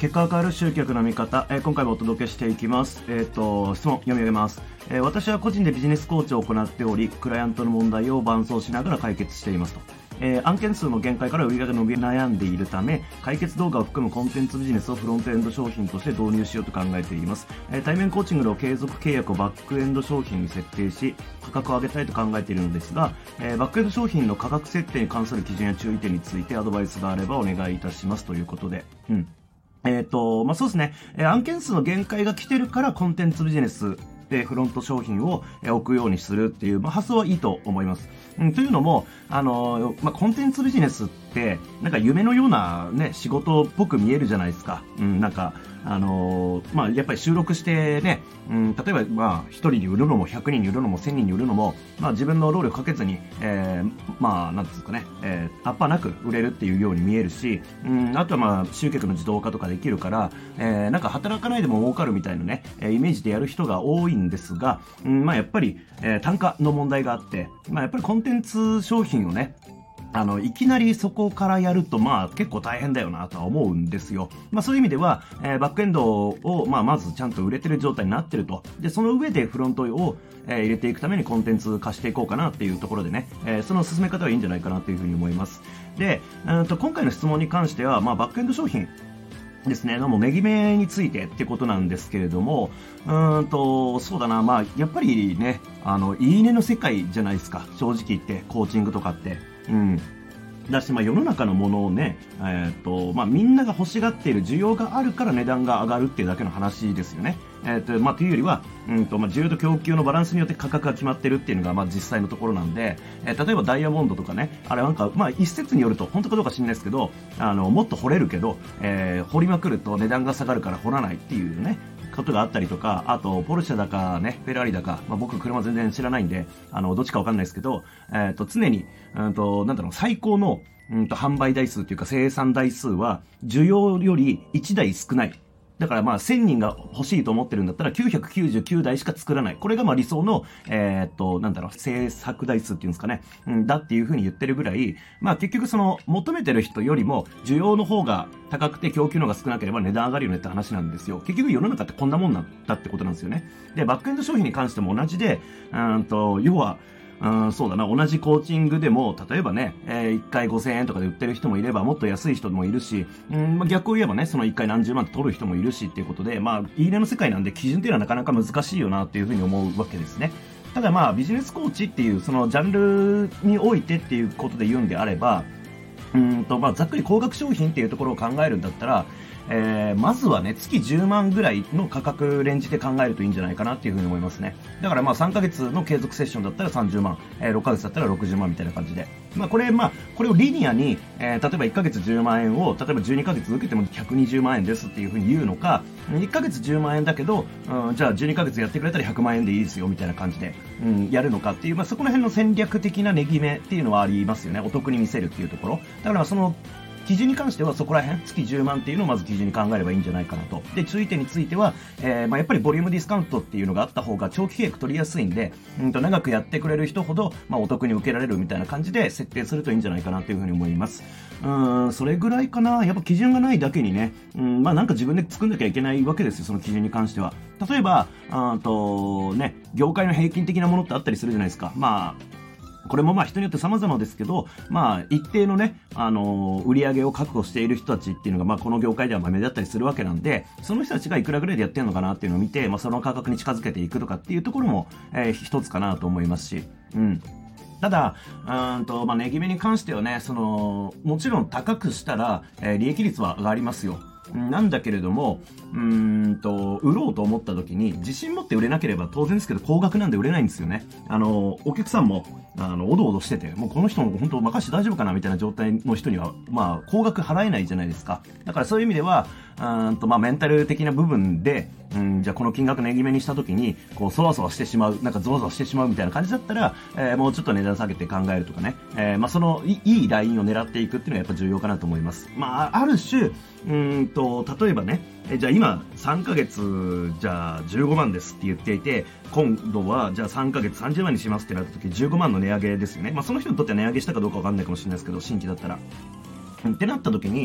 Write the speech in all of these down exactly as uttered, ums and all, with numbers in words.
結果が変わる集客の見方、えー、今回もお届けしていきます。えっと、質問読み上げます。えー、私は個人でビジネスコーチを行っており、クライアントの問題を伴走しながら解決していますと。えー、案件数の限界から売り上げが伸び悩んでいるため、解決動画を含むコンテンツビジネスをフロントエンド商品として導入しようと考えています。えー、対面コーチングの継続契約をバックエンド商品に設定し、価格を上げたいと考えているのですが、えー、バックエンド商品の価格設定に関する基準や注意点についてアドバイスがあればお願いいたしますということで。うん。えっと、まあ、そうですね。えー、案件数の限界が来てるからコンテンツビジネスでフロント商品を置くようにするっていう、まあ、発想はいいと思います。うん、というのも、あの、まあ、コンテンツビジネスって、なんか夢のようなね、仕事っぽく見えるじゃないですか。うん、なんか、あのー、まあ、やっぱり収録してね、うん、例えば、まあ、ひとりに売るのもひゃくにんに売るのもせんにんに売るのも、まあ、自分の労力かけずに、えー、まあ、なんですかね、えー、アッパーなく売れるっていうように見えるし、うん、あとはまあ、集客の自動化とかできるから、えー、なんか働かないでも儲かるみたいなね、えー、イメージでやる人が多いんですが、うん、まあ、やっぱり、えー、単価の問題があって、まあ、やっぱりコンテンツ商品をね、あの、いきなりそこからやると、まあ、結構大変だよなとは思うんですよ。まあ、そういう意味では、えー、バックエンドを、まあ、まずちゃんと売れてる状態になってると。で、その上でフロントを、えー、入れていくためにコンテンツ化していこうかなっていうところでね、えー、その進め方はいいんじゃないかなというふうに思います。で、うんと、今回の質問に関しては、まあ、バックエンド商品、ですね。もう、値決めについてってことなんですけれども、うーんと、そうだな、まあ、やっぱりね、あの、いいねの世界じゃないですか。正直言って、コーチングとかって。うん。だし、まあ、世の中のものをね、えっと、まあ、みんなが欲しがっている需要があるから値段が上がるっていうだけの話ですよね。えっと、まあ、というよりは、うんと、まあ、需要と供給のバランスによって価格が決まってるっていうのが、まあ、実際のところなんで、えー、例えばダイヤモンドとかね、あれなんか、まあ、一説によると、本当かどうか知らないですけど、あの、もっと掘れるけど、えー、掘りまくると値段が下がるから掘らないっていうね、ことがあったりとか、あと、ポルシェだかね、フェラーリだか、まあ、僕車全然知らないんで、あの、どっちかわかんないですけど、えっと、常に、うんと、なんだろう、最高の、うんと、販売台数というか生産台数は、需要よりいちだい少ない。だからまあせんにんが欲しいと思ってるんだったらきゅうひゃくきゅうじゅうきゅうだいしか作らない。これがまあ理想の、えー、っと、なんだろう、制作台数っていうんですかね。うん、だっていう風に言ってるぐらい、まあ結局その求めてる人よりも需要の方が高くて供給の方が少なければ値段上がるよねって話なんですよ。結局世の中ってこんなもんなんだってことなんですよね。で、バックエンド商品に関しても同じで、うんと、要は、うん、そうだな。同じコーチングでも、例えばね、えー、いっかいごせんえんとかで売ってる人もいれば、もっと安い人もいるし、うん、まあ、逆を言えばね、そのいっかい何十万って取る人もいるしっていうことで、まあ、いいねの世界なんで基準っていうのはなかなか難しいよなっていうふうに思うわけですね。ただまあ、ビジネスコーチっていう、そのジャンルにおいてっていうことで言うんであれば、うんと、まあ、ざっくり高額商品っていうところを考えるんだったら、えー、まずはね、月じゅうまんぐらいの価格レンジで考えるといいんじゃないかなっていうふうに思いますね。だからまあさんかげつの継続セッションだったらさんじゅうまん、えー、ろっかげつだったらろくじゅうまんみたいな感じで。まあこれ、まあ、これをリニアに、えー、例えばいっかげつじゅうまんえんを、例えばじゅうにかげつ受けてもひゃくにじゅうまんえんですっていうふうに言うのか、いっかげつじゅうまんえんだけど、うん、じゃあじゅうにかげつやってくれたらひゃくまんえんでいいですよみたいな感じで、うん、やるのかっていう、まあそこら辺の戦略的な値決めっていうのはありますよね。お得に見せるっていうところ。だからその、基準に関してはそこら辺、月じゅうまんっていうのをまず基準に考えればいいんじゃないかなと。で、注意点については、えー、まあやっぱりボリュームディスカウントっていうのがあった方が長期契約取りやすいんで、うんと長くやってくれる人ほど、まあお得に受けられるみたいな感じで設定するといいんじゃないかなというふうに思います。うーん、それぐらいかな。やっぱ基準がないだけにね、うん、まあなんか自分で作んなきゃいけないわけですよ、その基準に関しては。例えば、あと、ね、業界の平均的なものってあったりするじゃないですか。まあ、これもまあ人によって様々ですけど、まあ一定のね、あのー、売り上げを確保している人たちっていうのがまあこの業界ではまあ目立ったりするわけなんで、その人たちがいくらぐらいでやってるのかなっていうのを見て、まあその価格に近づけていくとかっていうところも、えー、一つかなと思いますし、うん。ただ、うんと、まあ値決めに関してはね、その、もちろん高くしたら、えー、利益率は上がりますよ。なんだけれども、うーんと、売ろうと思った時に、自信持って売れなければ当然ですけど、高額なんで売れないんですよね。あの、お客さんも、あの、おどおどしてて、もうこの人も本当任して大丈夫かなみたいな状態の人には、まあ、高額払えないじゃないですか。だからそういう意味では、うんと、まあ、メンタル的な部分で、うん、じゃあこの金額値決めにした時に、こう、そわそわしてしまう、なんかゾワゾワしてしまうみたいな感じだったら、えー、もうちょっと値段下げて考えるとかね、えー、まあ、そのい、いいラインを狙っていくっていうのはやっぱ重要かなと思います。まあ、ある種、うんと、例えばね、えじゃあ今さんかげつじゃあじゅうごまんですって言っていて、今度はじゃあさんかげつさんじゅうまんにしますってなった時じゅうごまんの値上げですよね。まあその人にとっては値上げしたかどうかわかんないかもしれないですけど、新規だったら。ってなった時に、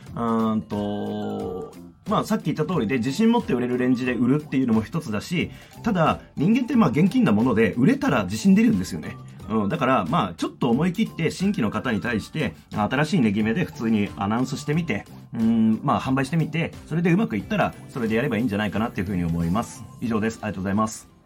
うーんと、まあさっき言った通りで自信持って売れるレンジで売るっていうのも一つだし、ただ人間ってまあ現金なもので売れたら自信出るんですよね。うん、だからまあちょっと思い切って新規の方に対して新しい値決めで普通にアナウンスしてみて、うん、まあ販売してみて、それでうまくいったらそれでやればいいんじゃないかなっていうふうに思います。以上です。ありがとうございます。